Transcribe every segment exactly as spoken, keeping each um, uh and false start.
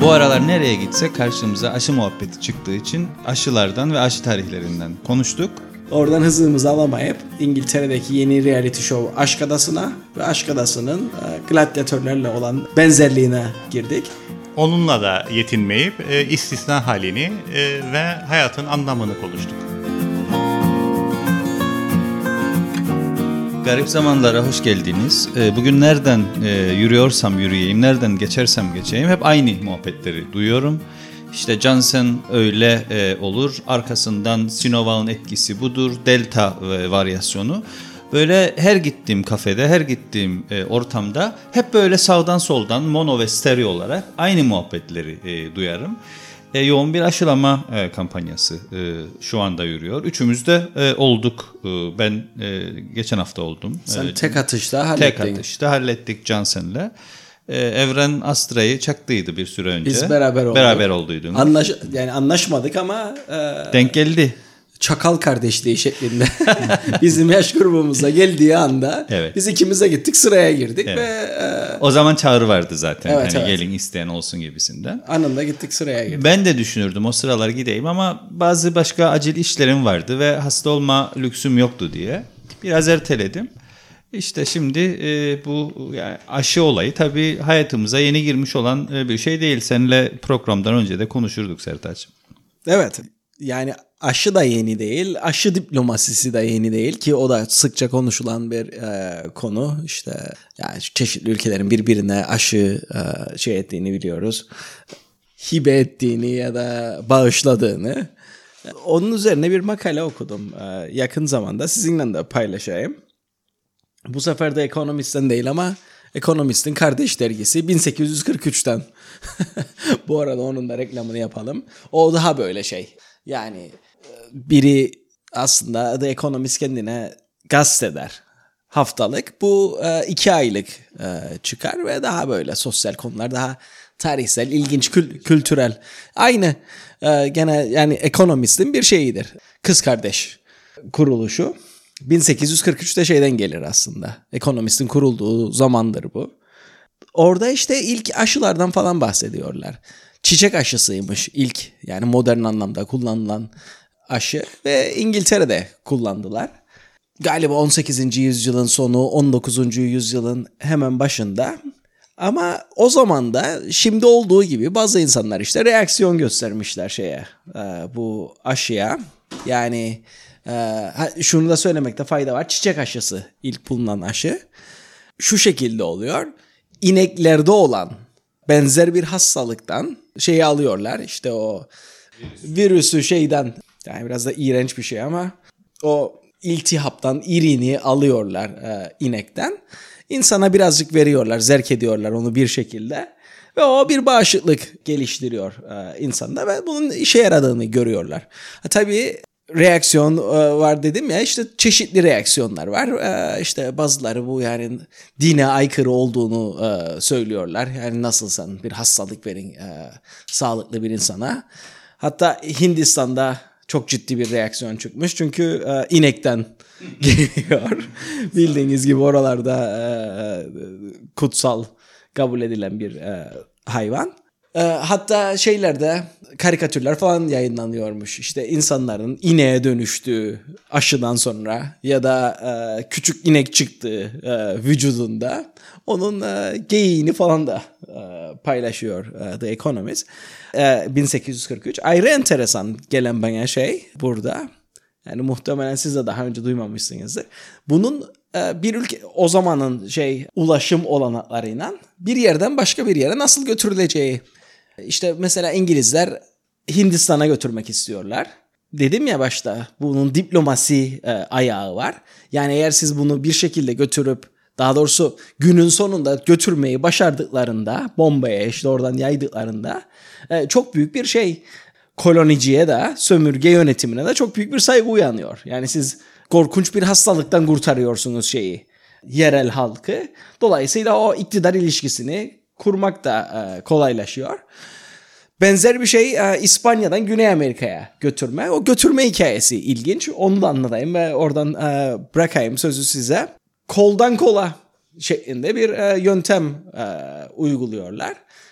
Bu aralar nereye gitsek karşımıza aşı muhabbeti çıktığı için aşılardan ve aşı tarihlerinden konuştuk. Oradan hızımızı alamayıp İngiltere'deki yeni reality show Aşk Adası'na ve Aşk Adası'nın gladyatörlerle olan benzerliğine girdik. Onunla da yetinmeyip e, istisna halini e, ve hayatın anlamını konuştuk. Garip zamanlara hoş geldiniz. Bugün nereden yürüyorsam yürüyeyim, nereden geçersem geçeyim hep aynı muhabbetleri duyuyorum. İşte Janssen öyle olur, arkasından Sinovac'ın etkisi budur, Delta varyasyonu. Böyle her gittiğim kafede, her gittiğim ortamda hep böyle sağdan soldan mono ve stereo olarak aynı muhabbetleri duyarım. E, yoğun bir aşılama e, kampanyası e, şu anda yürüyor. Üçümüz de e, olduk. E, ben e, geçen hafta oldum. Sen e, tek atışta hallettin. Tek atışta hallettik Janssen'le. E, Evren Astra'yı çaktıydı bir süre önce. Biz beraber olduk. Beraber olduyduk. Anlaş yani anlaşmadık ama e, denk geldi. Çakal kardeşliği şeklinde bizim yaş grubumuza geldiği anda evet. Biz ikimize gittik, sıraya girdik evet. ve e, o zaman çağrı vardı zaten. Evet, hani evet. gelin isteyen olsun gibisinden. Anında gittik, sıraya girdik. Ben de düşünürdüm o sıralar gideyim ama bazı başka acil işlerim vardı ve hasta olma lüksüm yoktu diye biraz erteledim. İşte şimdi e, bu yani aşı olayı tabii hayatımıza yeni girmiş olan e, bir şey değil. Seninle programdan önce de konuşurduk Sertaç'ım. Evet. Yani aşı da yeni değil, aşı diplomasisi de yeni değil ki o da sıkça konuşulan bir e, konu. İşte yani çeşitli ülkelerin birbirine aşı e, şey ettiğini biliyoruz. Hibe ettiğini ya da bağışladığını. Onun üzerine bir makale okudum e, yakın zamanda, sizinle de paylaşayım. Bu sefer de Economist'ten değil ama Economist'in kardeş dergisi bin sekiz yüz kırk üçten. Bu arada onun da reklamını yapalım. O daha böyle şey. Yani biri aslında The Economist kendine gazeteler haftalık. Bu iki aylık çıkar ve daha böyle sosyal konular, daha tarihsel, ilginç, kül- kültürel. Aynı gene yani Economist'in bir şeyidir. Kız kardeş kuruluşu. bin sekiz yüz kırk üçte şeyden gelir aslında. Economist'in kurulduğu zamandır bu. Orada işte ilk aşılardan falan bahsediyorlar. Çiçek aşısıymış ilk, yani modern anlamda kullanılan aşı ve İngiltere'de kullandılar. Galiba on sekizinci yüzyılın sonu, on dokuzuncu yüzyılın hemen başında. Ama o zaman da şimdi olduğu gibi bazı insanlar işte reaksiyon göstermişler şeye, bu aşıya. Yani şunu da söylemekte fayda var. Çiçek aşısı ilk bulunan aşı. Şu şekilde oluyor. İneklerde olan benzer bir hastalıktan şeyi alıyorlar. İşte o virüsü şeyden, yani biraz da iğrenç bir şey ama o iltihaptan irini alıyorlar e, inekten. İnsana birazcık veriyorlar, zerk ediyorlar onu bir şekilde. Ve o bir bağışıklık geliştiriyor e, insanda ve bunun işe yaradığını görüyorlar. Ha, tabii reaksiyon var dedim ya, işte çeşitli reaksiyonlar var. İşte bazıları bu yani dine aykırı olduğunu söylüyorlar. Yani nasılsan bir hastalık verin sağlıklı bir insana. Hatta Hindistan'da çok ciddi bir reaksiyon çıkmış. Çünkü inekten geliyor. Bildiğiniz gibi oralarda kutsal kabul edilen bir hayvan. Hatta şeylerde karikatürler falan yayınlanıyormuş. İşte insanların ineğe dönüştüğü aşıdan sonra ya da e, küçük inek çıktığı e, vücudunda onun e, geyiğini falan da e, paylaşıyor e, The Economist. E, bin sekiz yüz kırk üç. Ayrı enteresan gelen bana şey burada. Yani muhtemelen siz de daha önce duymamışsınızdır. Bunun e, bir ülke o zamanın şey ulaşım olanaklarıyla bir yerden başka bir yere nasıl götürüleceği. İşte mesela İngilizler Hindistan'a götürmek istiyorlar. Dedim ya başta, bunun diplomasi e, ayağı var. Yani eğer siz bunu bir şekilde götürüp, daha doğrusu günün sonunda götürmeyi başardıklarında, bombaya işte oradan yaydıklarında e, çok büyük bir şey, koloniciye de, sömürge yönetimine de çok büyük bir saygı uyanıyor. Yani siz korkunç bir hastalıktan kurtarıyorsunuz şeyi, yerel halkı. Dolayısıyla o iktidar ilişkisini kurmak da e, kolaylaşıyor. Benzer bir şey e, İspanya'dan Güney Amerika'ya götürme. O götürme hikayesi ilginç. Onu da anlatayım ve oradan e, bırakayım sözü size. Koldan kola şeklinde bir e, yöntem e, uyguluyorlar.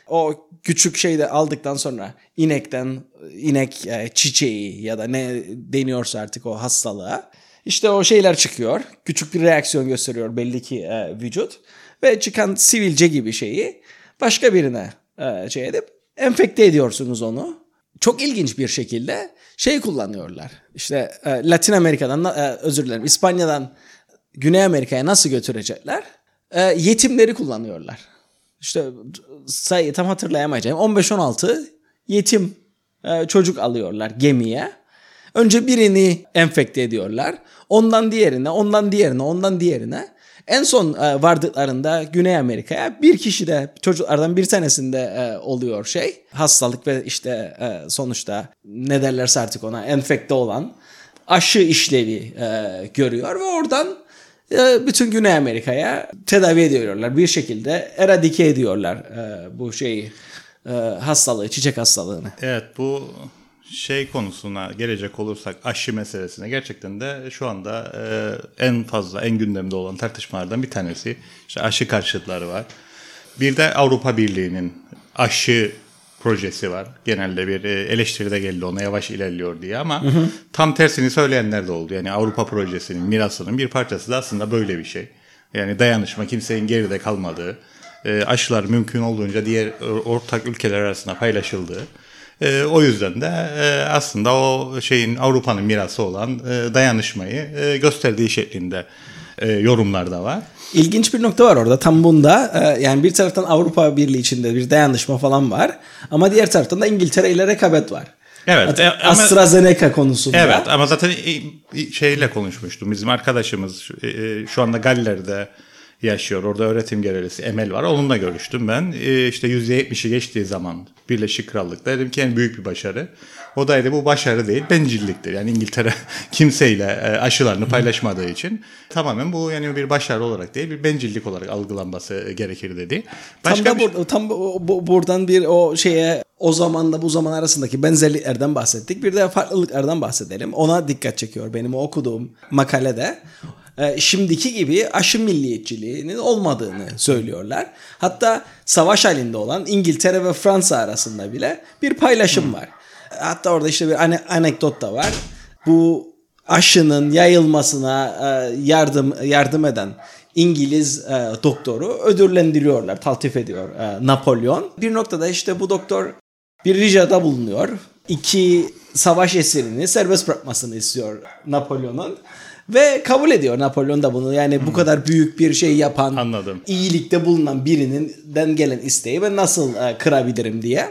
O küçük şeyi de aldıktan sonra inekten, inek e, çiçeği ya da ne deniyorsa artık o hastalığa, işte o şeyler çıkıyor. Küçük bir reaksiyon gösteriyor belli ki e, vücut. Ve çıkan sivilce gibi şeyi başka birine e, şey edip enfekte ediyorsunuz onu. Çok ilginç bir şekilde şey kullanıyorlar. İşte e, Latin Amerika'dan, e, özür dilerim, İspanya'dan Güney Amerika'ya nasıl götürecekler? E, yetimleri kullanıyorlar. İşte sayı tam hatırlayamayacağım. on beş on altı yetim e, çocuk alıyorlar gemiye. Önce birini enfekte ediyorlar. Ondan diğerine, ondan diğerine, ondan diğerine. En son e, vardıklarında Güney Amerika'ya bir kişi de çocuklardan bir tanesinde e, oluyor şey. Hastalık ve işte e, sonuçta ne derlerse artık ona enfekte olan aşı işlevi e, görüyor. Ve oradan e, bütün Güney Amerika'ya tedavi ediyorlar. Bir şekilde eradike ediyorlar e, bu şeyi, e, hastalığı, çiçek hastalığını. Evet, bu şey konusuna gelecek olursak, aşı meselesine, gerçekten de şu anda e, en fazla, en gündemde olan tartışmalardan bir tanesi. İşte aşı karşıtları var. Bir de Avrupa Birliği'nin aşı projesi var. Genelde bir eleştiri de geldi ona, yavaş ilerliyor diye, ama hı hı. tam tersini söyleyenler de oldu. Yani Avrupa projesinin, mirasının bir parçası da aslında böyle bir şey. Yani dayanışma, kimsenin geride kalmadığı, e, aşılar mümkün olduğunca diğer ortak ülkeler arasında paylaşıldığı. E, o yüzden de e, aslında o şeyin, Avrupa'nın mirası olan e, dayanışmayı e, gösterdiği şeklinde e, yorumlar da var. İlginç bir nokta var orada tam bunda. E, yani bir taraftan Avrupa Birliği içinde bir dayanışma falan var. Ama diğer taraftan da İngiltere ile rekabet var. Evet. E, AstraZeneca konusunda. Evet, ama zaten şeyle konuşmuştum. Bizim arkadaşımız şu anda Galler'de yaşıyor. Orada öğretim görevlisi Emel var. Onunla görüştüm ben. Ee, işte yüzde yetmişi geçtiği zaman Birleşik Krallık'ta dedim ki en büyük bir başarı. O da dedi bu başarı değil, bencilliktir. Yani İngiltere kimseyle aşılarını paylaşmadığı için tamamen bu yani bir başarı olarak değil, bir bencillik olarak algılanması gerekir dedi. Başka tam da bir... bur- tam bu, bu, buradan bir o şeye, o zamanla bu zaman arasındaki benzerliklerden bahsettik. Bir de farklılıklardan bahsedelim. Ona dikkat çekiyor benim okuduğum makalede. Şimdiki gibi aşı milliyetçiliğinin olmadığını söylüyorlar. Hatta savaş halinde olan İngiltere ve Fransa arasında bile bir paylaşım hmm. var. Hatta orada işte bir ane- anekdot da var. Bu aşının yayılmasına yardım yardım eden İngiliz doktoru ödüllendiriyorlar, taltif ediyor Napolyon. Bir noktada işte bu doktor bir ricada bulunuyor. İki savaş esirini serbest bırakmasını istiyor Napolyon'un. Ve kabul ediyor Napolyon da bunu. Yani hmm. bu kadar büyük bir şey yapan, Anladım. iyilikte bulunan birinden gelen isteği ben nasıl e, kırabilirim diye.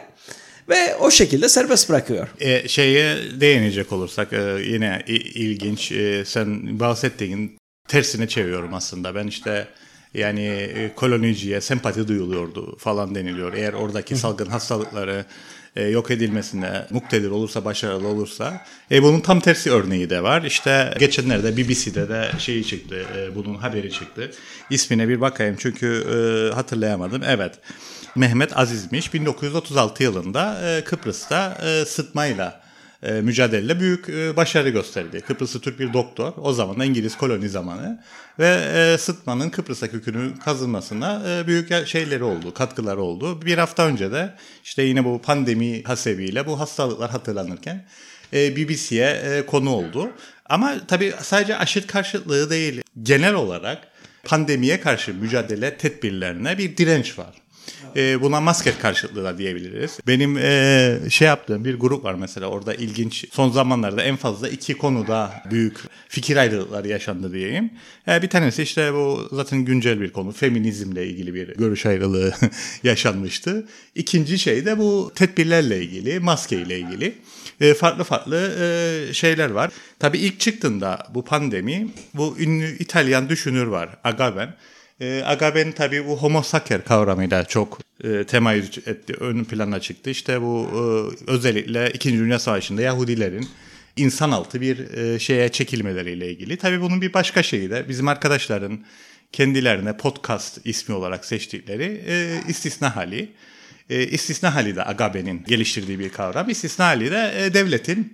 Ve o şekilde serbest bırakıyor. E, şeye değinecek olursak e, yine ilginç. E, sen bahsettiğin tersine çeviriyorum aslında. Ben işte yani e, koloniciye sempati duyuluyordu falan deniliyor. Eğer oradaki salgın hastalıkları E, yok edilmesine muktedir olursa, başarılı olursa. E, bunun tam tersi örneği de var. İşte geçenlerde B B C'de de şeyi çıktı, e, bunun haberi çıktı. İsmine bir bakayım çünkü e, hatırlayamadım. Evet, Mehmet Aziz'miş. bin dokuz yüz otuz altı yılında e, Kıbrıs'ta e, sıtmayla e, mücadeleyle büyük e, başarı gösterdi. Kıbrıslı Türk bir doktor. O zaman da İngiliz koloni zamanı. Ve e, sıtmanın Kıbrıs'a kökünün kazınmasına e, büyük şeyleri oldu, katkıları oldu. Bir hafta önce de işte yine bu pandemi hasebiyle bu hastalıklar hatırlanırken e, B B C'ye e, konu oldu. Ama tabii sadece aşı karşıtlığı değil, genel olarak pandemiye karşı mücadele tedbirlerine bir direnç var. E, buna maske karşıtlığı da diyebiliriz. Benim e, şey yaptığım bir grup var mesela, orada ilginç, son zamanlarda en fazla iki konuda büyük fikir ayrılıkları yaşandı diyeyim. E, bir tanesi işte bu zaten güncel bir konu, feminizmle ilgili bir görüş ayrılığı yaşanmıştı. İkinci şey de bu tedbirlerle ilgili, maskeyle ilgili. E, farklı farklı e, şeyler var. Tabii ilk çıktığında bu pandemi, bu ünlü İtalyan düşünür var, Agamben. E, Agamben tabii bu homo sacer kavramıyla çok e, temayüz etti, ön plana çıktı. İşte bu e, özellikle İkinci Dünya Savaşı'nda Yahudilerin insanaltı bir e, şeye çekilmeleriyle ilgili. Tabii bunun bir başka şeyi de bizim arkadaşların kendilerine podcast ismi olarak seçtikleri e, istisna hali. E, istisna hali de Agamben'in geliştirdiği bir kavram. İstisna hali de e, devletin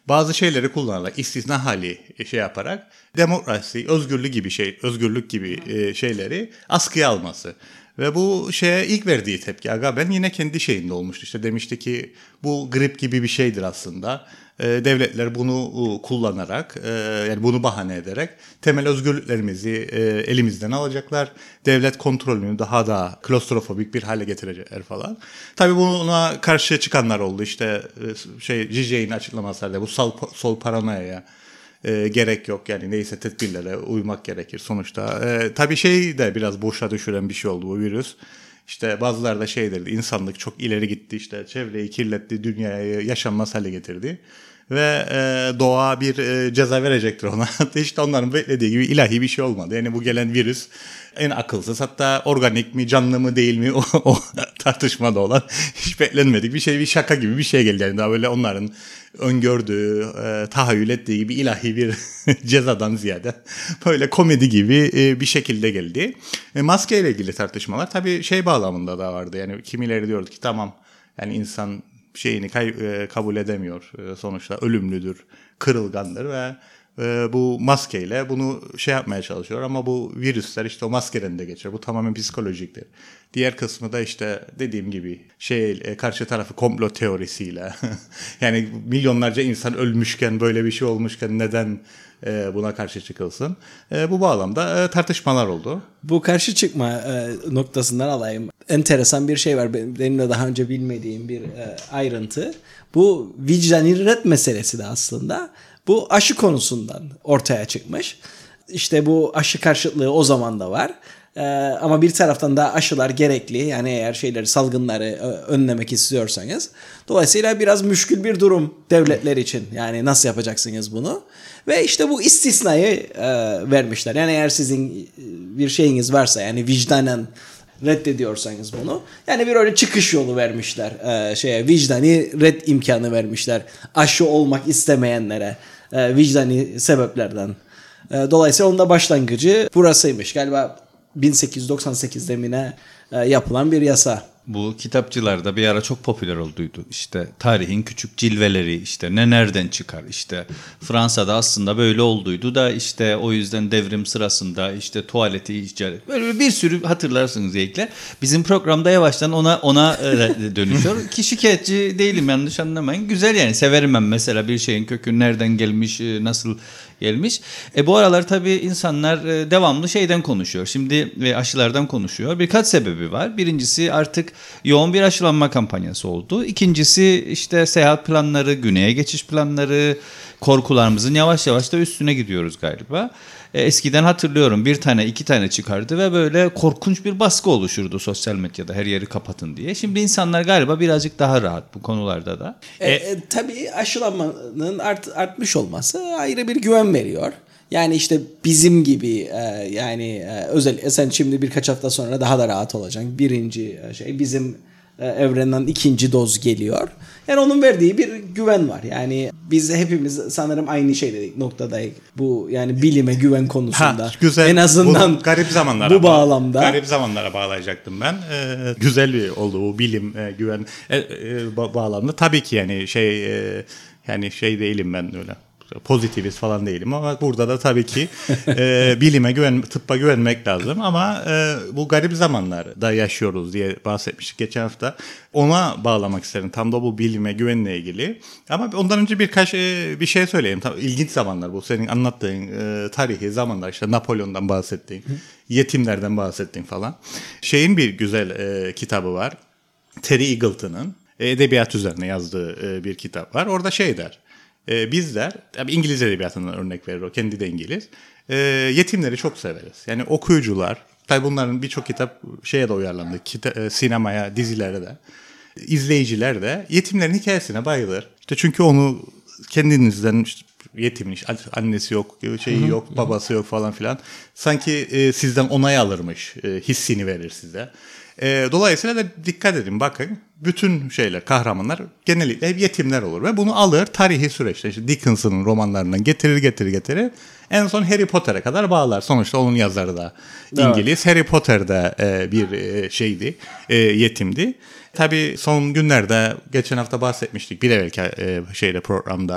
bazı şeyleri kullanarak, istisna hali şey yaparak demokrasi, özgürlük gibi şey, özgürlük gibi şeyleri askıya alması. Ve bu şeye ilk verdiği tepki Agamben yine kendi şeyinde olmuştu. İşte demişti ki bu grip gibi bir şeydir aslında. E, devletler bunu kullanarak, e, yani bunu bahane ederek temel özgürlüklerimizi e, elimizden alacaklar. Devlet kontrolünü daha da klostrofobik bir hale getirecekler falan. Tabii buna karşı çıkanlar oldu. İşte e, şey Zizek'in açıklamalarında bu sol, sol paranoyaya E, gerek yok, yani neyse tedbirlere uymak gerekir sonuçta. E, tabii şey de biraz boşa düşüren bir şey oldu bu virüs. İşte bazıları da şey derdi, insanlık çok ileri gitti, işte çevreyi kirletti, dünyayı yaşanmaz hale getirdi. Ve e, doğa bir e, ceza verecektir ona. İşte onların beklediği gibi ilahi bir şey olmadı. Yani bu gelen virüs en akılsız, hatta organik mi canlı mı değil mi o, o tartışmada olan hiç beklenmedik bir şey, bir şaka gibi bir şey geldi. Yani daha böyle onların öngördüğü, e, tahayyül ettiği gibi ilahi bir cezadan ziyade böyle komedi gibi e, bir şekilde geldi. E, maske ile ilgili tartışmalar tabii şey bağlamında da vardı. Yani kimileri diyordu ki tamam, yani insan şeyini kay- e, kabul edemiyor. E, sonuçta ölümlüdür, kırılgandır ve e, bu maskeyle bunu şey yapmaya çalışıyor. Ama bu virüsler işte o maskeden de geçiyor. Bu tamamen psikolojiktir. Diğer kısmı da işte dediğim gibi şey e, karşı tarafı komplo teorisiyle yani milyonlarca insan ölmüşken, böyle bir şey olmuşken neden e, buna karşı çıkılsın? E, bu bağlamda e, tartışmalar oldu. Bu karşı çıkma e, noktasından alayım. Enteresan bir şey var. Benim de daha önce bilmediğim bir e, ayrıntı. Bu vicdani ret meselesi de aslında bu aşı konusundan ortaya çıkmış. İşte bu aşı karşıtlığı o zaman da var. Ee, ama bir taraftan da aşılar gerekli. Yani eğer şeyleri, salgınları önlemek istiyorsanız. Dolayısıyla biraz müşkül bir durum devletler için. Yani nasıl yapacaksınız bunu? Ve işte bu istisnayı e, vermişler. Yani eğer sizin bir şeyiniz varsa, yani vicdanen reddediyorsanız bunu, yani bir öyle çıkış yolu vermişler. E, şeye vicdani red imkanı vermişler. Aşı olmak istemeyenlere e, vicdani sebeplerden. E, dolayısıyla onun da başlangıcı burasıymış. Galiba bin sekiz yüz doksan sekizde mi e, yapılan bir yasa. Bu kitapçılarda bir ara çok popüler olduydu. İşte tarihin küçük cilveleri, işte ne nereden çıkar, işte Fransa'da aslında böyle olduydu da işte o yüzden devrim sırasında işte tuvaleti icat et. Böyle bir sürü hatırlarsınız Yeğikler. Bizim programda yavaştan ona ona dönüşüyor. Ki şikayetçi değilim, yanlış anlamayın. Güzel, yani severim ben mesela bir şeyin kökü nereden gelmiş, nasıl gelmiş. E bu aralar tabii insanlar e, devamlı şeyden konuşuyor. Şimdi ve aşılardan konuşuyor. Birkaç sebebi var. Birincisi artık yoğun bir aşılanma kampanyası oldu. İkincisi işte seyahat planları, güneye geçiş planları, korkularımızın yavaş yavaş da üstüne gidiyoruz galiba. E, eskiden hatırlıyorum bir tane iki tane çıkardı ve böyle korkunç bir baskı oluşurdu sosyal medyada, her yeri kapatın diye. Şimdi insanlar galiba birazcık daha rahat bu konularda da. E, e, tabii aşılanmanın art, artmış olması ayrı bir güven veriyor. Yani işte bizim gibi e, yani e, özel sen şimdi birkaç hafta sonra daha da rahat olacaksın. Birinci şey bizim e, evrenden ikinci doz geliyor. Yani onun verdiği bir güven var. Yani biz hepimiz sanırım aynı şey dedik noktadayız. Bu yani bilime güven konusunda. Ha, güzel. En azından bu, garip zamanlara bu bağlamda. Garip zamanlara bağlayacaktım ben. Ee, güzel bir oldu bu bilim e, güven e, e, bağlamda. Tabii ki yani şey e, yani şey değilim ben öyle. Pozitivist falan değilim ama burada da tabii ki e, bilime güven, tıbba güvenmek lazım ama e, bu garip zamanlarda yaşıyoruz diye bahsetmiştik geçen hafta. Ona bağlamak isterim tam da bu bilime güvenle ilgili. Ama ondan önce birkaç e, bir şey söyleyeyim. Tabii ilginç zamanlar bu. Senin anlattığın e, tarihi zamanlar, işte Napolyon'dan bahsettiğin, yetimlerden bahsettiğin falan. Şeyin bir güzel e, kitabı var. Terry Eagleton'ın edebiyat üzerine yazdığı e, bir kitap var. Orada şey der. Ee, bizler, tabii İngiliz edebiyatından örnek verir o, kendi de İngiliz, e, yetimleri çok severiz. Yani okuyucular, tabii bunların birçok kitap şeye de uyarlandı, kita- e, sinemaya, dizilere de, izleyiciler de yetimlerin hikayesine bayılır. İşte çünkü onu kendinizden, işte, yetimin işte, annesi yok, şeyi yok, babası yok falan filan, sanki e, sizden onay alırmış e, hissini verir size. E, dolayısıyla da dikkat edin, bakın bütün şeyler, kahramanlar genellikle hep yetimler olur ve bunu alır tarihi süreçte, işte Dickens'ın romanlarından getirir getirir getirir en son Harry Potter'e kadar bağlar. Sonuçta onun yazarı da İngiliz. Evet. Harry Potter'da e, bir e, şeydi, e, yetimdi. Tabii son günlerde, geçen hafta bahsetmiştik bir evvelki e, şeyde programda,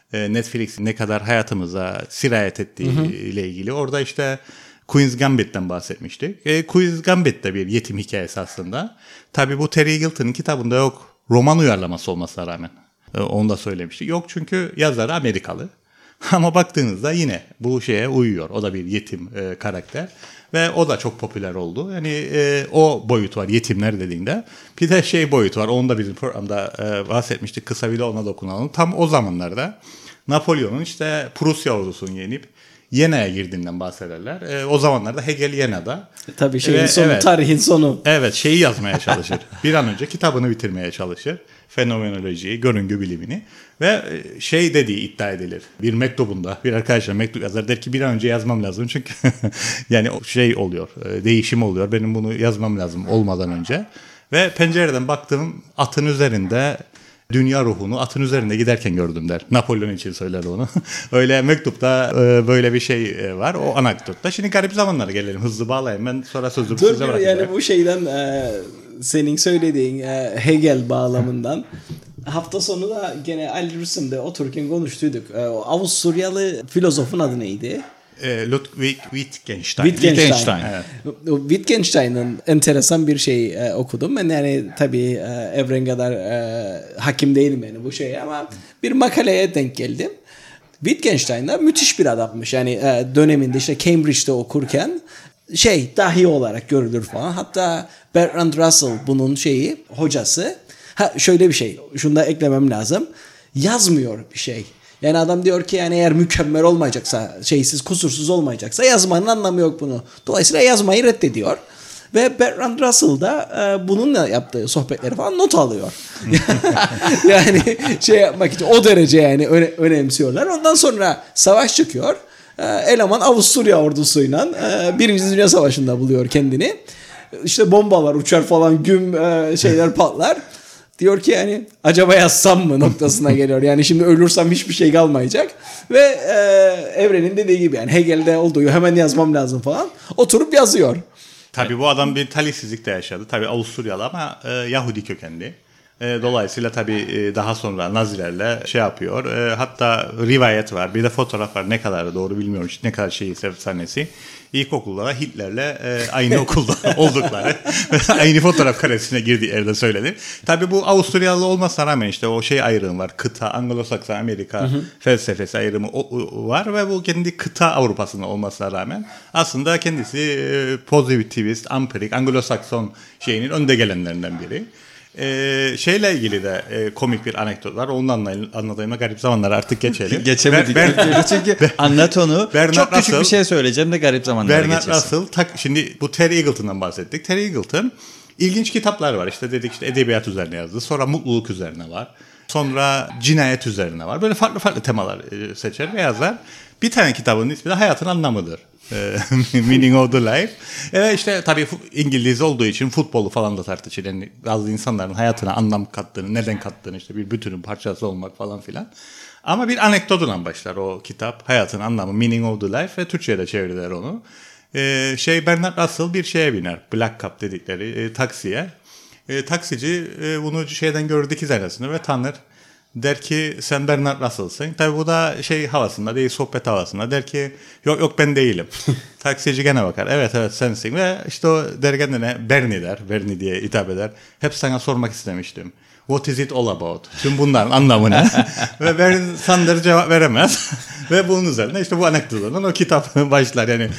e, Netflix'in ne kadar hayatımıza sirayet ettiği hı hı. ile ilgili. Orada işte Queen's Gambit'ten bahsetmiştik. E, Queen's Gambit de bir yetim hikayesi aslında. Tabii bu Terry Eagleton'ın kitabında yok. Roman uyarlaması olmasına rağmen. E, onu da söylemiştik. Yok çünkü yazarı Amerikalı. Ama baktığınızda yine bu şeye uyuyor. O da bir yetim e, karakter. Ve o da çok popüler oldu. Yani e, o boyut var yetimler dediğinde. Bir de şey boyut var. Onu da bizim programda e, bahsetmiştik. Kısa bile ona dokunalım. Tam o zamanlarda Napolyon'un işte Prusya ordusunu yenip Yena'ya girdiğinden bahsederler. E, o zamanlarda Hegel Yena'da. E, tabii şeyin Ve, sonu, evet, tarihin sonu. Evet, şeyi yazmaya çalışır. Bir an önce kitabını bitirmeye çalışır. Fenomenolojiyi, görüngü bilimini. Ve şey dediği iddia edilir. Bir mektubunda bir arkadaşlar mektup yazar, der ki bir an önce yazmam lazım. Çünkü yani şey oluyor, değişim oluyor. Benim bunu yazmam lazım olmadan önce. Ve pencereden baktığım atın üzerinde dünya ruhunu atın üzerinde giderken gördüm der. Napolyon için söyler onu. Öyle mektupta böyle bir şey var. O anekdotta. Şimdi garip zamanlara gelelim. Hızlı bağlayayım. Ben sonra sözü size bırakacağım. Yani bu şeyden e, senin söylediğin e, Hegel bağlamından hafta sonu da gene Ali Rüsüm'de otururken konuştuyduk. E, o Avusturyalı filozofun adı neydi? Ludwig Wittgenstein. Wittgenstein. Wittgenstein. Evet. Wittgenstein'ın enteresan bir şey e, okudum. Ben yani tabii e, evren kadar e, hakim değilim yani bu şeye ama bir makaleye denk geldim. Wittgenstein da müthiş bir adammış. Yani e, döneminde işte Cambridge'de okurken şey dahi olarak görülür falan. Hatta Bertrand Russell bunun şeyi hocası. Ha şöyle bir şey. Şunu da eklemem lazım. Yazmıyor bir şey. Yani adam diyor ki yani eğer mükemmel olmayacaksa, şeysiz, kusursuz olmayacaksa yazmanın anlamı yok bunu. Dolayısıyla yazmayı reddediyor. Ve Bertrand Russell da e, bununla yaptığı sohbetleri falan not alıyor. Yani şey yapmak için o derece yani öne, önemsiyorlar. Ondan sonra savaş çıkıyor. E, eleman Avusturya ordusuyla e, Birinci Dünya Savaşı'nda buluyor kendini. İşte bombalar uçar falan, güm e, şeyler patlar. Diyor ki yani acaba yazsam mı noktasına geliyor. Yani şimdi ölürsem hiçbir şey kalmayacak. Ve e, evrenin dediği gibi yani Hegel'de olduğu hemen yazmam lazım falan. Oturup yazıyor. Tabii bu adam bir talihsizlik de yaşadı. Tabii Avusturyalı ama e, Yahudi kökenli. E, dolayısıyla tabii e, daha sonra Nazilerle şey yapıyor. E, hatta rivayet var. Bir de fotoğraf var. Ne kadar doğru bilmiyorum. İşte ne kadar şey efsanesi. İlkokullara Hitler'le e, aynı okulda oldukları aynı fotoğraf karesine girdiği yerde söylenir. Tabii bu Avusturyalı olmasına rağmen işte o şey ayrımı var. Kıta, Anglo-Sakson, Amerika hı hı. felsefesi ayrımı o, o, var ve bu kendi kıta Avrupa'sında olmasına rağmen aslında kendisi e, pozitivist, ampirik, Anglo-Sakson şeyinin önde gelenlerinden biri. Ee, şeyle ilgili de e, komik bir anekdot var. Onu anlayın, anlatayım. Garip zamanlara artık geçelim. Geçemedik. Ber, Ber, çünkü anlat onu. Bernard Çok küçük Russell, bir şey söyleyeceğim de garip zamanlara Bernard geçeceğiz. Russell, tak, şimdi bu Terry Eagleton'dan bahsettik. Terry Eagleton ilginç kitaplar var. İşte dedik işte edebiyat üzerine yazdı. Sonra mutluluk üzerine var. Sonra cinayet üzerine var. Böyle farklı farklı temalar seçer ve yazar. Bir tane kitabının ismi de Hayatın Anlamıdır. Meaning of the Life. Evet işte tabii İngiliz olduğu için futbolu falan da tartışır. Yani bazı insanların hayatına anlam kattığını, neden kattığını, işte bir bütünün parçası olmak falan filan. Ama bir anekdotla başlar o kitap. Hayatın Anlamı, Meaning of the Life ve Türkçe'ye de çevirdiler onu. Ee, şey Bernard Russell bir şeye biner. Black Cab dedikleri e, taksiye. E, taksici e, bunu şeyden görür dikiz aynasını ve tanır. Der ki sen Bernard Russell'sın. Tabii bu da şey havasında değil, sohbet havasında. Der ki yok yok ben değilim. Taksici gene bakar. Evet evet sensin. Ve işte o der kendine Bernie der. Bernie diye hitap eder. Hep sana sormak istemiştim. What is it all about? Tüm bunların anlamı ne? Ve Bernie Sanders cevap veremez. Ve bunun üzerine işte bu anekdotlardan o kitap başlar. Yani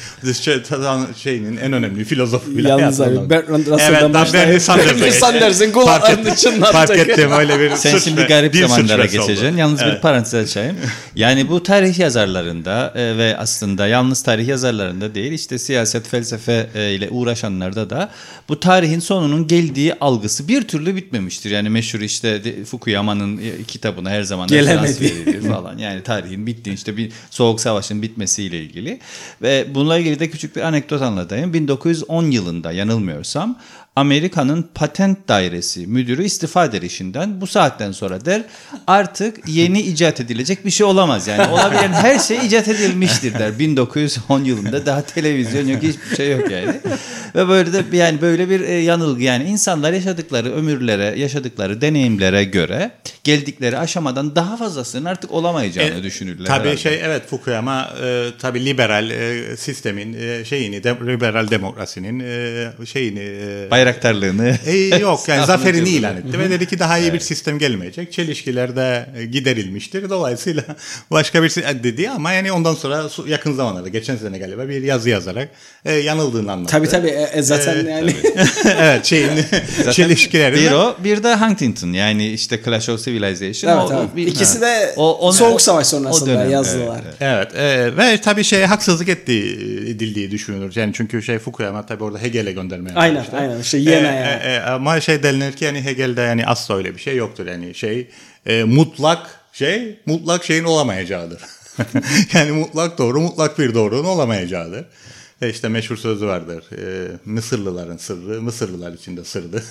şeyinin en önemli filozofu bile. Yalnız abi Bertrand Russell'dan evet, başlar. Bernie Sanders'ın Sanders'ın kulaklarını çınlatacak. Fark ettim öyle bir Sen suç şimdi ve garip dil zamanlara suçrası geçeceksin. oldu. Yalnız Evet. bir parantez açayım. Yani bu tarih yazarlarında e, ve aslında yalnız tarih yazarlarında değil, işte siyaset, felsefe e, ile uğraşanlarda da bu tarihin sonunun geldiği algısı bir türlü bitmemiştir. Yani meşhur işte de, Fukuyama'nın e, kitabına her zaman referans verilir falan. Yani tarihin bittiği, işte bir soğuk savaşın bitmesiyle ilgili. Ve bununla ilgili de küçük bir anekdot anlatayım. bin dokuz yüz on yılında yanılmıyorsam Amerika'nın patent dairesi müdürü istifa eder işinden. Bu saatten sonra der artık yeni icat edilecek bir şey olamaz. Yani olabilen her şey icat edilmiştir der. bin dokuz yüz on yılında daha televizyon yok, hiçbir şey yok yani. Ve böyle de yani böyle bir e, yanılgı, yani insanlar yaşadıkları ömürlere, yaşadıkları deneyimlere göre geldikleri aşamadan daha fazlasının artık olamayacağını E, düşünürler. Tabii herhalde. şey evet Fukuyama e, tabii liberal e, sistemin e, şeyini de, liberal demokrasinin e, şeyini e, Bayraktarlığını. e, yok yani zaferini Anlatıyor ilan etti ve dedi ki daha iyi bir sistem gelmeyecek. Çelişkiler de e, giderilmiştir. Dolayısıyla başka bir si- dedi ama yani ondan sonra su- yakın zamanlarda geçen sene galiba bir yazı yazarak e, yanıldığını anlattı. Tabii tabii e, e, zaten yani. Evet şeyin çelişkileri. Bir o, bir de Huntington, yani işte Clash of Civilization. Evet, o, evet. o bir- İkisi ha. de O- o- Soğuk o- Savaş o sonrasında dönem, yazdılar. evet, Evet e, ve tabii şeye haksızlık ettiği edildiği düşünülür. Yani çünkü şey Fukuyama tabii orada Hegel'e göndermeye Aynen çalıştı. aynen işte yine E, yani. e, e, ama şey denilir ki yani Hegel'de yani asla öyle bir şey yoktur. Yani şey e, mutlak şey mutlak şeyin olamayacağıdır. Yani mutlak doğru mutlak bir doğrunun olamayacağıdır. E işte meşhur sözü vardır. E, Mısırlıların sırrı Mısırlılar için de sırdı.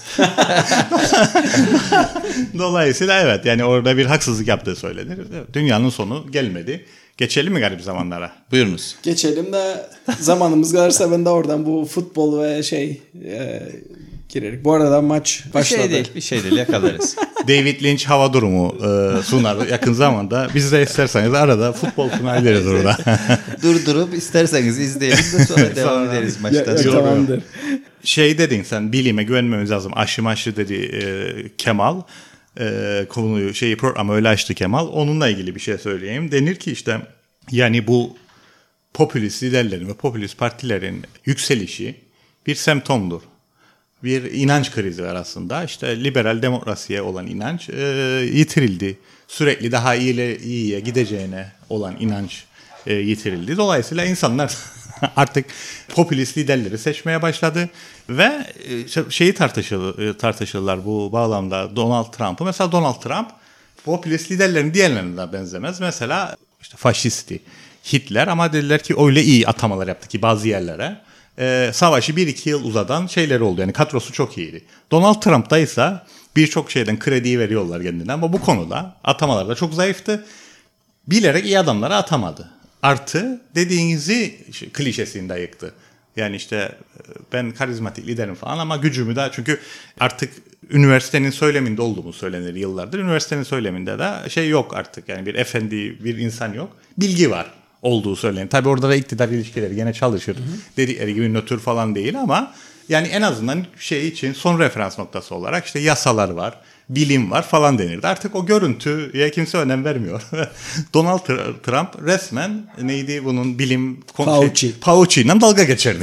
Dolayısıyla evet yani orada bir haksızlık yaptığı söylenir. Dünyanın sonu gelmedi. Geçelim mi garip zamanlara? Buyurunuz. Geçelim de zamanımız kalırsa ben de oradan bu futbol ve şey e, girerik. Bu arada maç Bir başladı. şey değil, bir şey değil, yakalarız. David Lynch hava durumu e, sunar yakın zamanda. Biz de isterseniz arada futbol sunar ederiz orada. Durdurup isterseniz izleyelim de sonra devam ederiz Ya, maçtan ya, sonra. tamamdır. Şey dedin sen bilime güvenmemiz lazım. Aşı maşı dedi e, Kemal. E, konuyu şeyi programı öyle açtı Kemal. Onunla ilgili bir şey söyleyeyim. Denir ki işte yani bu popülist liderlerin ve popülist partilerin yükselişi bir semptomdur. Bir inanç krizi var aslında. İşte liberal demokrasiye olan inanç e, yitirildi. Sürekli daha iyiye, iyiye gideceğine olan inanç e, yitirildi. Dolayısıyla insanlar artık popülist liderleri seçmeye başladı ve e, şeyi tartışılır, tartışırlar bu bağlamda Donald Trump'ı. Mesela Donald Trump popülist liderlerin diğerlerine benzemez. Mesela işte faşisti Hitler ama dediler ki öyle iyi atamalar yaptı ki bazı yerlere. Ee, savaşı bir iki yıl uzadan şeyleri oldu. Yani kadrosu çok iyiydi. Donald Trump'ta ise birçok şeyden krediyi veriyorlar kendine ama bu konuda atamalarda çok zayıftı. Bilerek iyi adamları atamadı. Artı dediğinizi klişesinde yıktı. Yani işte ben karizmatik liderim falan ama gücümü de çünkü artık üniversitenin söyleminde olduğumu söylenir yıllardır. Üniversitenin söyleminde de şey yok artık. Yani bir efendi bir insan yok. Bilgi var olduğu söylenir. Tabii orada da iktidar ilişkileri gene çalışır. Hı hı. Dedikleri gibi nötr falan değil ama yani en azından şey için son referans noktası olarak işte yasalar var, bilim var falan denirdi. Artık o görüntüye kimse önem vermiyor. Donald Trump resmen neydi bunun bilim... Fauci. Şey, Fauci'yle dalga geçirdi.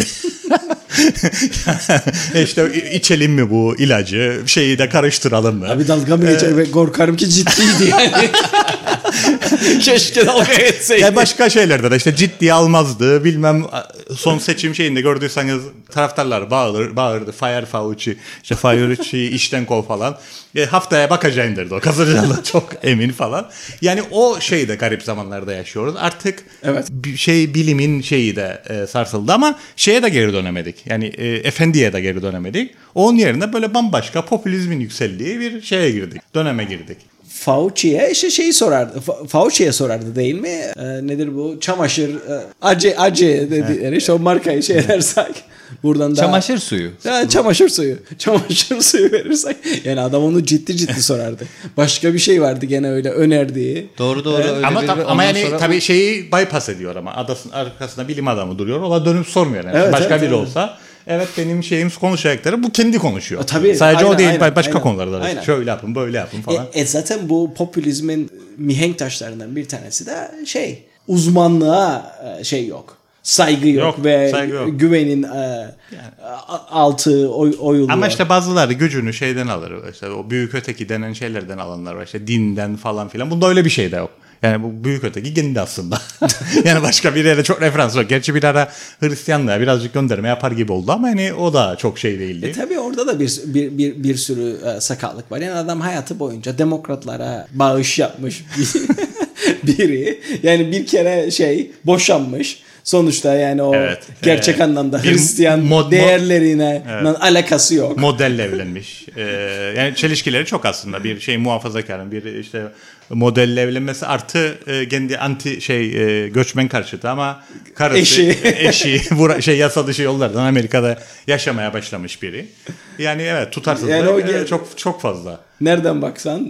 İşte içelim mi bu ilacı, şeyi de karıştıralım mı? Abi dalga mı geçer? Ee, korkarım ki ciddiydi yani. Keşke dalga geçseydi. Ya başka şeylerde de işte ciddiye almazdı. Bilmem son seçim şeyinde gördüyseniz taraftarlar bağır, bağırdı. Fire Fauci, işte Fauci işten kov falan. E, haftaya bakacağım derdi o. Kazanacağına çok emin falan. Yani o şeyde garip zamanlarda yaşıyoruz. Artık evet. bir şey bilimin şeyi de e, sarsıldı ama şeye de geri dönemedik. Yani e, efendiye de geri dönemedik. Onun yerine böyle bambaşka popülizmin yükseldiği bir şeye girdik. Döneme girdik. Fauci'ye işte şeyi sorardı. Fauci'ye sorardı değil mi? Ee, nedir bu? Çamaşır e, acı acı dedikleri işte o markayı şey edersek buradan da çamaşır suyu. Ya, çamaşır suyu. Çamaşır suyu verirsek yani adam onu ciddi ciddi sorardı. Başka bir şey vardı gene öyle önerdiği. Doğru doğru. Evet. Öyle ama bir, tab- bir, ama yani sonra... tabii şeyi bypass ediyor ama adasının arkasında bilim adamı duruyor. O da dönüp sormuyor yani. Evet, Başka evet, biri evet. olsa evet benim şeyim konuşacakları bu kendi konuşuyor. E, tabii, sadece aynen, o değil aynen, başka aynen, konularda da aynen. şöyle yapın böyle yapın falan. E, e zaten bu popülizmin mihenk taşlarından bir tanesi de şey uzmanlığa şey yok. Saygı yok, Yok, ve saygı yok. güvenin e, altı oy, oyuluyor. Ama işte bazıları gücünü şeyden alır. İşte o büyük öteki denen şeylerden alanlar var. İşte dinden falan filan. Bunda öyle bir şey de yok. Yani bu büyük öteki kendi aslında. Yani başka bir yere çok referans yok. Gerçi bir ara Hristiyanlığa birazcık gönderme yapar gibi oldu ama hani o da çok şey değildi. E tabii orada da bir bir bir, bir sürü e, sakallık var. Yani adam hayatı boyunca demokratlara bağış yapmış biri. Yani bir kere şey boşanmış. Sonuçta yani o Evet. gerçek Ee, anlamda bir Hristiyan mod- değerlerine evet. alakası yok. Modelle evlenmiş. Ee, yani çelişkileri çok aslında. Bir şey muhafazakarın, bir işte modelle evlenmesi artı e, kendi anti şey e, göçmen karşıtı ama karısı eşi, eşi bura, şey yasa dışı yollardan Amerika'da yaşamaya başlamış biri. Yani evet tutarsızlık yani o, e, çok çok fazla. Nereden baksan.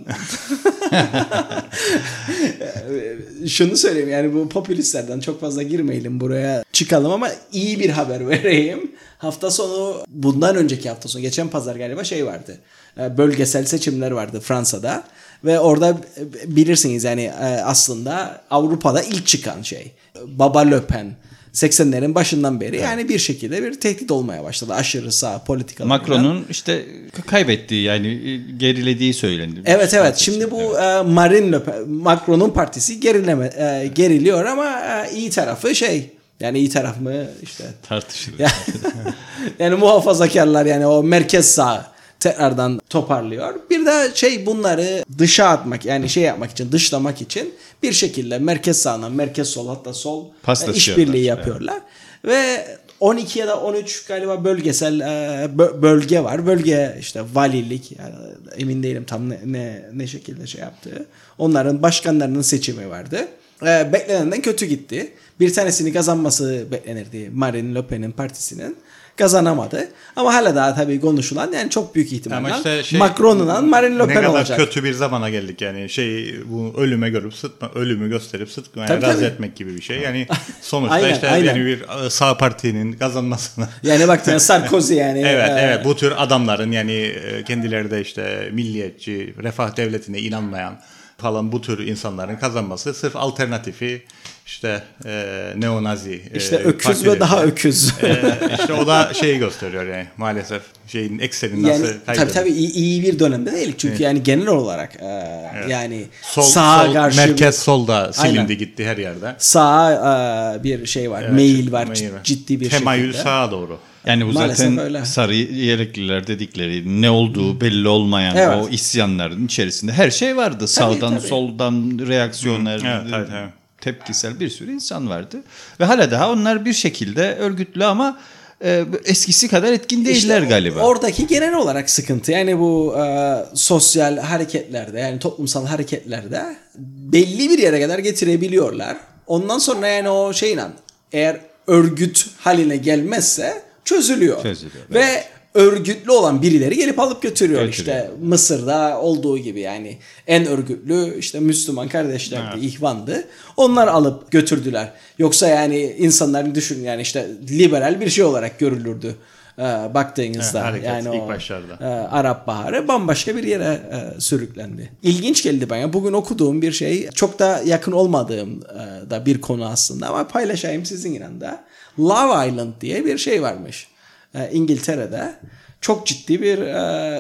Şunu söyleyeyim yani bu popülistlerden çok fazla girmeyelim buraya çıkalım ama iyi bir haber vereyim. Hafta sonu bundan önceki hafta sonu geçen pazar galiba şey vardı. Bölgesel seçimler vardı Fransa'da ve orada bilirsiniz yani aslında Avrupa'da ilk çıkan şey. Baba Le Pen seksenlerin başından beri evet. yani bir şekilde bir tehdit olmaya başladı. Aşırı sağ politikalarıyla. Macron'un işte kaybettiği yani gerilediği söylendi. Evet evet. Şimdi bu evet. Marine Le Pen, Macron'un partisi gerileme e, geriliyor ama e, iyi tarafı şey yani iyi taraf mı işte tartışılır. Yani, yani muhafazakarlar yani o merkez sağ tekrardan toparlıyor. Bir de şey bunları dışa atmak yani şey yapmak için dışlamak için bir şekilde merkez sağdan merkez sol hatta sol işbirliği yapıyorlar. Evet. Ve on iki ya da on üç galiba bölgesel bölge var. Bölge işte valilik yani emin değilim tam ne, ne, ne şekilde şey yaptığı. Onların başkanlarının seçimi vardı. Beklenenden kötü gitti. Bir tanesini kazanması beklenirdi Marine Le Pen'in partisinin. Kazanamadı. Ama hala daha tabii konuşulan yani çok büyük ihtimalle işte şey, Macron'la Marine Le Pen olacak. Ne kadar kötü bir zamana geldik yani şey bu ölüme görüp sıtma, ölümü gösterip sıtmaya tabii, razı tabii. etmek gibi bir şey. Yani sonuçta aynen, işte aynen. yani bir sağ partinin kazanmasına. Yani bak yani Sarkozy yani. evet e... evet bu tür adamların yani kendileri de işte milliyetçi, refah devletine inanmayan falan bu tür insanların kazanması sırf alternatifi işte e, neonazi işte e, öküz partileri. Ve daha öküz. e, işte o da şeyi gösteriyor yani maalesef şeyin eksenini yani, nasıl kaybediyor. Tabii tabii iyi, iyi bir dönemde değil çünkü evet. yani genel olarak e, evet. yani sol, sağa sol, karşı merkez solda silindi aynen. gitti her yerde. Sağa e, bir şey var, evet, meyil var mail ciddi bir temayül şekilde. sağa doğru. Yani bu maalesef zaten öyle. Sarı yelekliler dedikleri ne olduğu belli olmayan evet. o isyanların içerisinde her şey vardı. Tabii, Sağdan tabii. soldan reaksiyonlar, evet, evet, evet. tepkisel bir sürü insan vardı. Ve hala daha onlar bir şekilde örgütlü ama e, eskisi kadar etkin değiller işte galiba. Oradaki genel olarak sıkıntı yani bu e, sosyal hareketlerde yani toplumsal hareketlerde belli bir yere kadar getirebiliyorlar. Ondan sonra yani o şeyle eğer örgüt haline gelmezse çözülüyor. Çözülüyor. Ve evet. örgütlü olan birileri gelip alıp götürüyor. götürüyor. İşte Mısır'da olduğu gibi yani en örgütlü işte Müslüman kardeşlerdi, evet. İhvan'dı. Onlar alıp götürdüler. Yoksa yani insanların düşün yani işte liberal bir şey olarak görülürdü. Ee, baktığınızda evet, yani o e, Arap Baharı bambaşka bir yere e, sürüklendi. İlginç geldi bana. Bugün okuduğum bir şey çok da yakın olmadığım e, da bir konu aslında ama paylaşayım sizin yanında. Love Island diye bir şey varmış. Ee, İngiltere'de çok ciddi bir e,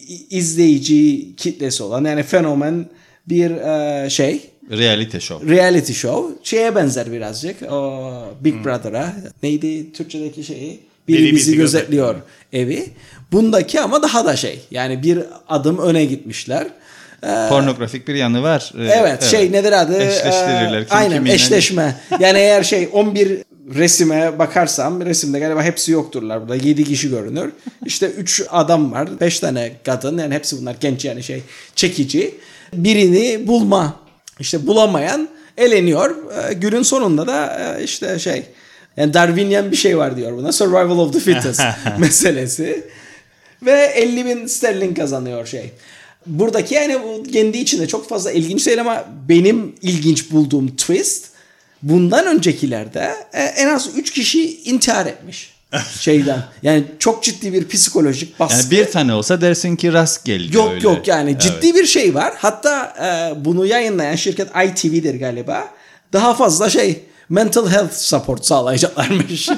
izleyici kitlesi olan yani fenomen bir e, şey. Reality show. Reality show. Şeye benzer birazcık. O Big hmm. Brother'a. Neydi Türkçedeki şeyi? Biri, Biri bizi, bizi gözetliyor evi. Bundaki ama daha da şey. Yani bir adım öne gitmişler. Ee, Pornografik bir yanı var. Ee, evet, evet şey nedir adı? Eşleştirirler. Kim aynen eşleşme. Yani eğer şey on bir resime bakarsam resimde galiba hepsi yokturlar burada. yedi kişi görünür. İşte üç adam var. beş tane kadın. Yani hepsi bunlar genç yani şey çekici. Birini bulma. İşte bulamayan eleniyor. Ee, günün sonunda da e, işte şey yani Darwinian bir şey var diyor buna. Survival of the fittest meselesi. Ve elli bin sterlin kazanıyor şey. Buradaki yani bu kendi içinde çok fazla ilginç değil ama benim ilginç bulduğum twist bundan öncekilerde en az üç kişi intihar etmiş şeyden. Yani çok ciddi bir psikolojik baskı. Yani bir tane olsa dersin ki rast geliyor. Yok öyle. yok yani evet. ciddi bir şey var. Hatta e, bunu yayınlayan şirket I T V'dir galiba. Daha fazla şey mental health support sağlayacaklarmış.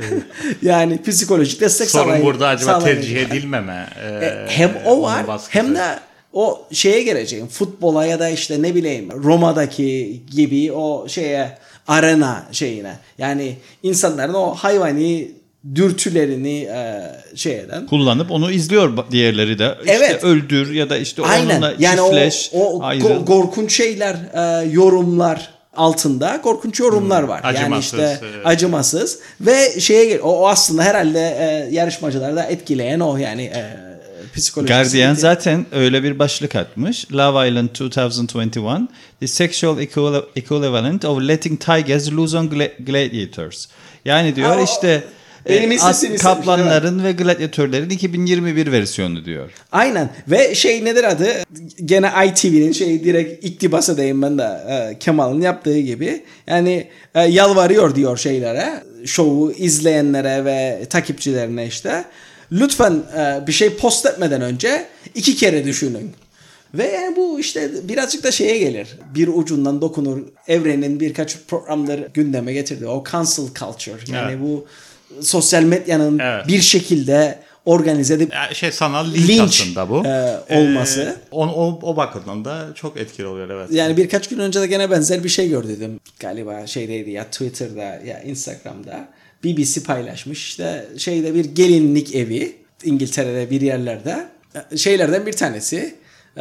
Yani psikolojik destek sağlayacaklar. Sorun burada acaba tercih edilmeme. E, hem o var hem de o şeye geleceğim futbola ya da işte ne bileyim Roma'daki gibi o şeye arena şeyine yani insanların o hayvani dürtülerini e, şeyden kullanıp onu izliyor diğerleri de işte evet. öldür ya da işte aynen. onunla yani çiftleş o, o go- korkunç şeyler e, yorumlar altında korkunç yorumlar var. Acımasız, yani işte evet. acımasız ve şeye gel- o, o aslında herhalde e, yarışmacıları da etkileyen o yani e, psikolojisi. Guardian zaten öyle bir başlık atmış. Love Island twenty twenty-one, the sexual equival- equivalent of letting tigers loose on gla- gladiators. Yani diyor Ha, o- işte Benim e, istediğim at, istemiş, kaplanların ve gladyatörlerin iki bin yirmi bir versiyonu diyor. Aynen ve şey nedir adı? Gene I T V'nin şeyi direkt iktibas edeyim ben de e, Kemal'ın yaptığı gibi. Yani e, yalvarıyor diyor şeylere, şovu izleyenlere ve takipçilerine işte. Lütfen e, bir şey post etmeden önce iki kere düşünün. Ve yani bu işte birazcık da şeye gelir. Bir ucundan dokunur. Evrenin birkaç programları gündeme getirdi. O cancel culture. Yani Evet. bu sosyal medyanın Evet. bir şekilde organize edip Yani şey sanal linç, linç aslında bu. e, olması. Ee, o, o, o bakımdan da çok etkili oluyor evet. Yani birkaç gün önce de gene benzer bir şey gördüm. Galiba şeydeydi ya Twitter'da ya Instagram'da. B B C paylaşmış işte şeyde bir gelinlik evi İngiltere'de bir yerlerde. Şeylerden bir tanesi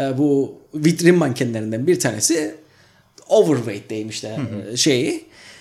bu vitrin mankenlerinden bir tanesi overweight'teymiş de şeyi.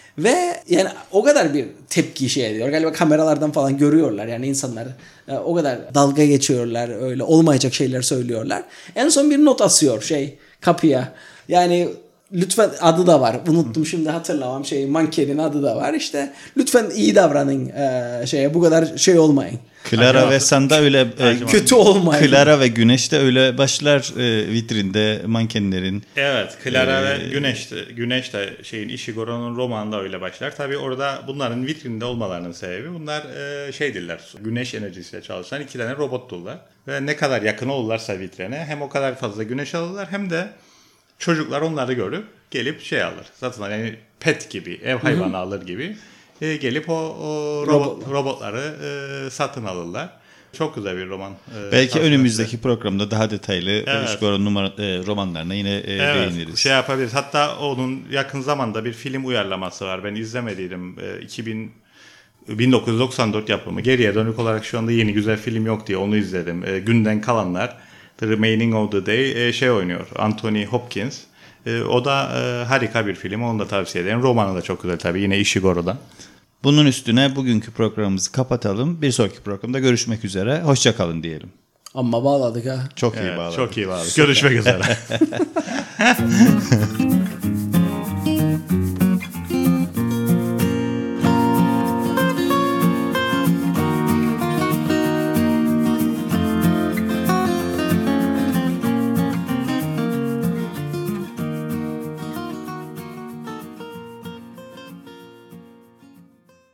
Ve yani o kadar bir tepki şey ediyor. Galiba kameralardan falan görüyorlar. Yani insanlar o kadar dalga geçiyorlar. Öyle olmayacak şeyler söylüyorlar. En son bir not asıyor şey kapıya. Yani lütfen adı da var. Unuttum şimdi hatırlamam şey mankenin adı da var. İşte lütfen iyi davranın e, şeye bu kadar şey olmayın. Clara ve Sanda öyle e, Kötü olmayın. Clara ve Güneş de öyle başlar e, vitrinde mankenlerin. Evet, Clara Ee, ve Güneş de, Güneş de şeyin Ishiguro'nun romanında öyle başlar. Tabii orada bunların vitrinde olmalarının sebebi bunlar e, şeydirler. Güneş enerjisiyle çalışan iki tane robotturlar. Ve ne kadar yakın olurlarsa vitrine hem o kadar fazla güneş alırlar hem de çocuklar onları görüp gelip şey alır. Satın alır. Yani pet gibi, ev hayvanı Hı-hı. alır gibi e, gelip o, o robot, robotları e, satın alırlar. Çok güzel bir roman. E, Belki önümüzdeki programda daha detaylı evet. Ishiguro numara, e, romanlarına yine e, evet, değiniriz. Şey yapabiliriz. Hatta onun yakın zamanda bir film uyarlaması var. Ben izlemediydim. E, iki bin bin dokuz yüz doksan dört yapımı. Geriye dönük olarak şu anda yeni güzel film yok diye onu izledim. E, Günden Kalanlar. The Remaining of the Day e, şey oynuyor. Anthony Hopkins. E, o da e, harika bir film. Onu da tavsiye ederim. Romanı da çok güzel tabii. Yine Ishiguro'dan. Bunun üstüne bugünkü programımızı kapatalım. Bir sonraki programda görüşmek üzere. Hoşça kalın diyelim. Amma bağladık ha. Çok iyi Evet, bağladık. Çok iyi bağladık. Görüşmek üzere.